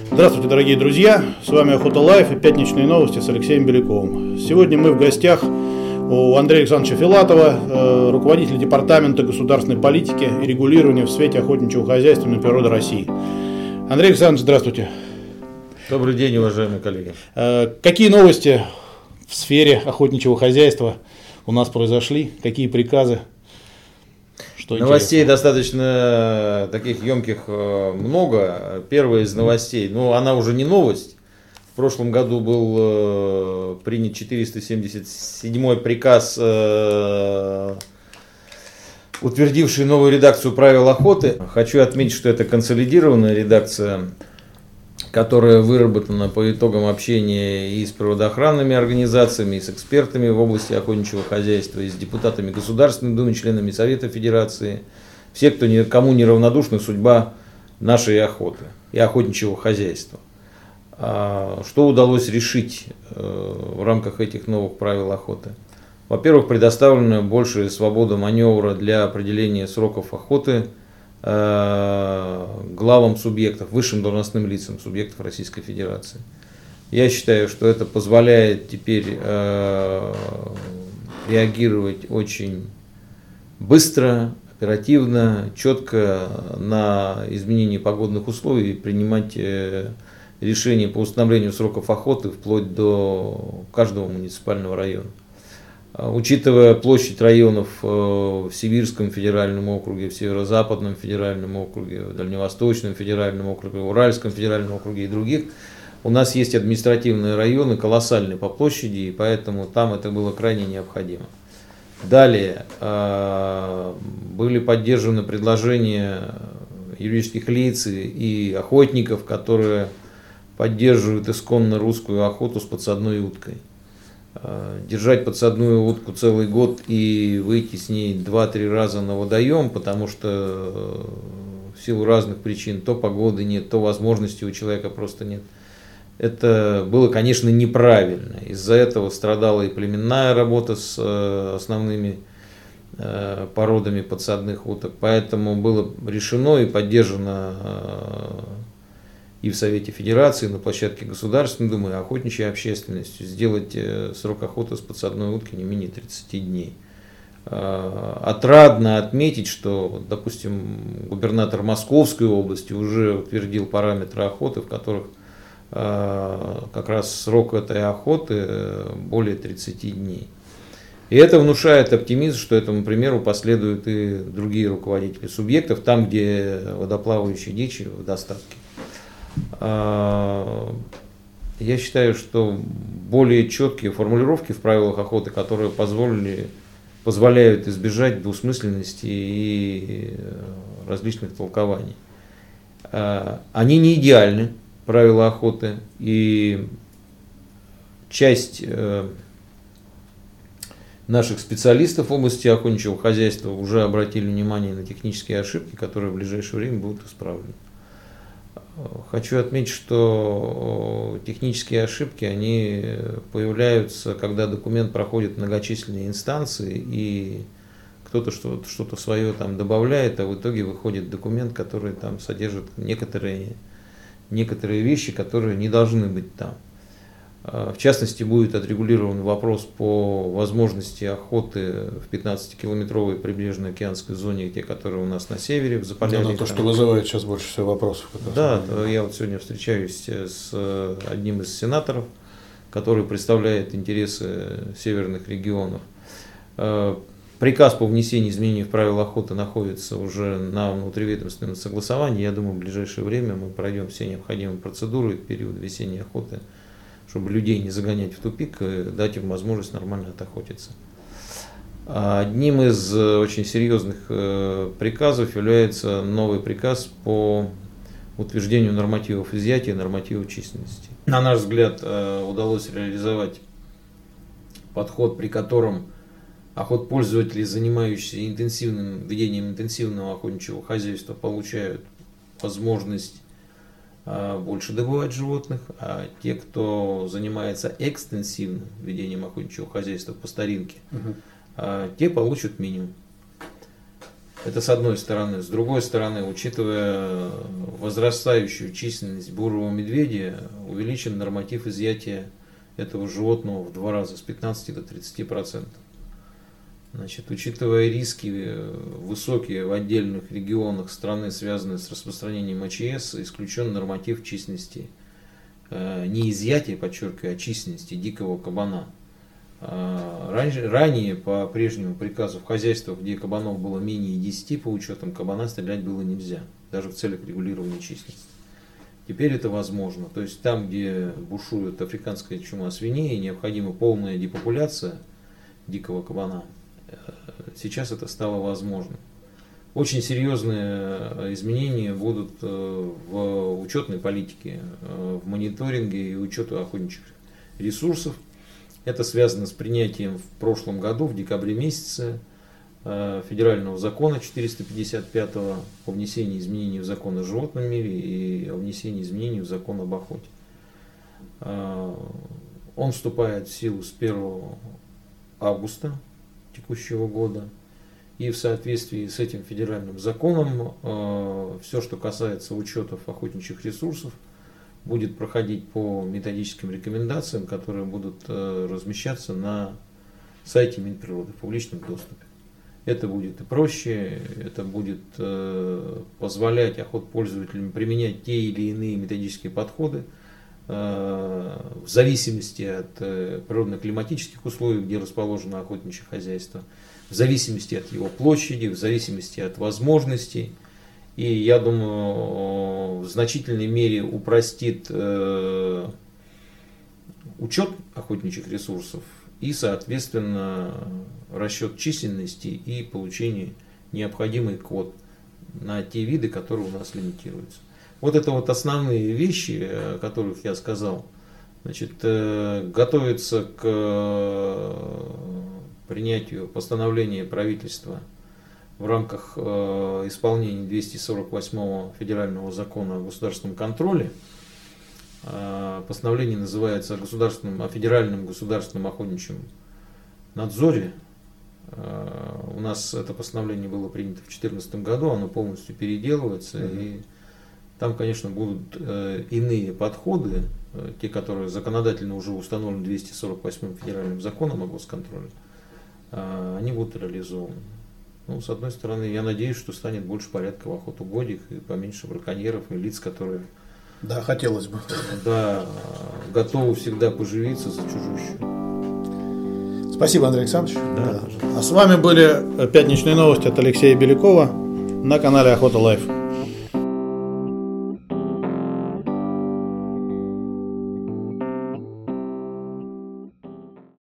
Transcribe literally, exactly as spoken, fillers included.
Здравствуйте, дорогие друзья! С вами Охота Лайф и пятничные новости с Алексеем Беляковым. Сегодня мы в гостях у Андрея Александровича Филатова, руководителя Департамента государственной политики и регулирования в сфере охотничьего хозяйства и природы России. Андрей Александрович, здравствуйте. Добрый день, уважаемые коллеги. Какие новости в сфере охотничьего хозяйства у нас произошли? Какие приказы? Что новостей интересно? Достаточно таких емких много. Первая из новостей, ну она уже не новость. В прошлом году был э, принят четыреста семьдесят седьмой приказ, э, утвердивший новую редакцию правил охоты. Хочу отметить, что это консолидированная редакция, которая выработана по итогам общения и с природоохранными организациями, и с экспертами в области охотничьего хозяйства, и с депутатами Государственной Думы, членами Совета Федерации. Все, кто не, кому неравнодушна судьба нашей охоты и охотничьего хозяйства. Что удалось решить в рамках этих новых правил охоты? Во-первых, предоставлена большая свобода маневра для определения сроков охоты главам субъектов, высшим должностным лицам субъектов Российской Федерации. Я считаю, что это позволяет теперь реагировать очень быстро, оперативно, четко на изменение погодных условий и принимать решения по установлению сроков охоты вплоть до каждого муниципального района. Учитывая площадь районов в Сибирском федеральном округе, в Северо-Западном федеральном округе, в Дальневосточном федеральном округе, в Уральском федеральном округе и других, у нас есть административные районы колоссальные по площади, и поэтому там это было крайне необходимо. Далее были поддержаны предложения юридических лиц и охотников, которые поддерживают исконно русскую охоту с подсадной уткой. Держать подсадную утку целый год и выйти с ней два-три раза на водоем, потому что в силу разных причин то погоды нет, то возможности у человека просто нет. Это было, конечно, неправильно. Из-за этого страдала и племенная работа с основными породами подсадных уток. Поэтому было решено и поддержано и в Совете Федерации, на площадке Государственной Думы, и охотничьей общественностью сделать срок охоты с подсадной утки не менее тридцати дней. Отрадно отметить, что, допустим, губернатор Московской области уже утвердил параметры охоты, в которых как раз срок этой охоты более тридцати дней. И это внушает оптимизм, что этому примеру последуют и другие руководители субъектов, там, где водоплавающей дичи в достатке. Я считаю, что более четкие формулировки в правилах охоты, которые позволили, позволяют избежать двусмысленности и различных толкований. Они не идеальны, правила охоты, и часть наших специалистов в области охотничьего хозяйства уже обратили внимание на технические ошибки, которые в ближайшее время будут исправлены. Хочу отметить, что технические ошибки, они появляются, когда документ проходит многочисленные инстанции, и кто-то что-то, что-то свое там добавляет, а в итоге выходит документ, который там содержит некоторые, некоторые вещи, которые не должны быть там. В частности, будет отрегулирован вопрос по возможности охоты в пятнадцатикилометровой прибрежной океанской зоне, те, которые у нас на севере, в Заполярье. Это то, что вызывает сейчас больше всего вопросов. Да, я вот сегодня встречаюсь с одним из сенаторов, который представляет интересы северных регионов. Приказ по внесению изменений в правила охоты находится уже на внутриведомственном согласовании. Я думаю, в ближайшее время мы пройдем все необходимые процедуры в период весенней охоты, чтобы людей не загонять в тупик и дать им возможность нормально отохотиться. Одним из очень серьезных приказов является новый приказ по утверждению нормативов изъятия и нормативов численности. На наш взгляд, удалось реализовать подход, при котором охотпользователи, занимающиеся интенсивным ведением интенсивного охотничьего хозяйства, получают возможность больше добывать животных, а те, кто занимается экстенсивным ведением охотничьего хозяйства по старинке, угу. те получат минимум. Это с одной стороны. С другой стороны, учитывая возрастающую численность бурого медведя, увеличен норматив изъятия этого животного в два раза, с пятнадцати до тридцати процентов. Значит, учитывая риски высокие в отдельных регионах страны, связанные с распространением АЧС, исключен норматив численности, э, не изъятия, подчеркиваю, а численности дикого кабана. Раньше, ранее, по прежнему приказу, в хозяйствах, где кабанов было менее десяти, по учетам кабана стрелять было нельзя, даже в целях регулирования численности. Теперь это возможно. То есть там, где бушует африканская чума свиней, необходима полная депопуляция дикого кабана. Сейчас это стало возможным. Очень серьезные изменения будут в учетной политике, в мониторинге и учете охотничьих ресурсов. Это связано с принятием в прошлом году, в декабре месяце, федерального закона четыреста пятьдесят пятого о внесении изменений в закон о животном мире и о внесении изменений в закон об охоте. Он вступает в силу с первого августа текущего года. И в соответствии с этим федеральным законом все, что касается учетов охотничьих ресурсов, будет проходить по методическим рекомендациям, которые будут размещаться на сайте Минприроды в публичном доступе. Это будет и проще, это будет позволять охотпользователям применять те или иные методические подходы в зависимости от природно-климатических условий, где расположено охотничье хозяйство, в зависимости от его площади, в зависимости от возможностей. И я думаю, в значительной мере упростит э, учет охотничьих ресурсов и, соответственно, расчет численности и получение необходимых квот на те виды, которые у нас лимитируются. Вот это вот основные вещи, о которых я сказал. Значит, э, готовится к э, принятию постановления правительства в рамках э, исполнения двухсот сорок восьмого федерального закона о государственном контроле. Э, постановление называется о, государственном, о федеральном государственном охотничьем надзоре. Э, у нас это постановление было принято в две тысячи четырнадцатом году, оно полностью переделывается. Mm-hmm. И там, конечно, будут э, иные подходы, э, те, которые законодательно уже установлены двумястами сорок восьмым федеральным законом о госконтроле, э, они будут реализованы. Ну, с одной стороны, я надеюсь, что станет больше порядка в охотугодиях и поменьше браконьеров и лиц, которые, да, хотелось бы, да, готовы всегда поживиться за чужущую. Спасибо, Андрей Александрович. Да. А с вами были пятничные новости от Алексея Белякова на канале Охота Лайф.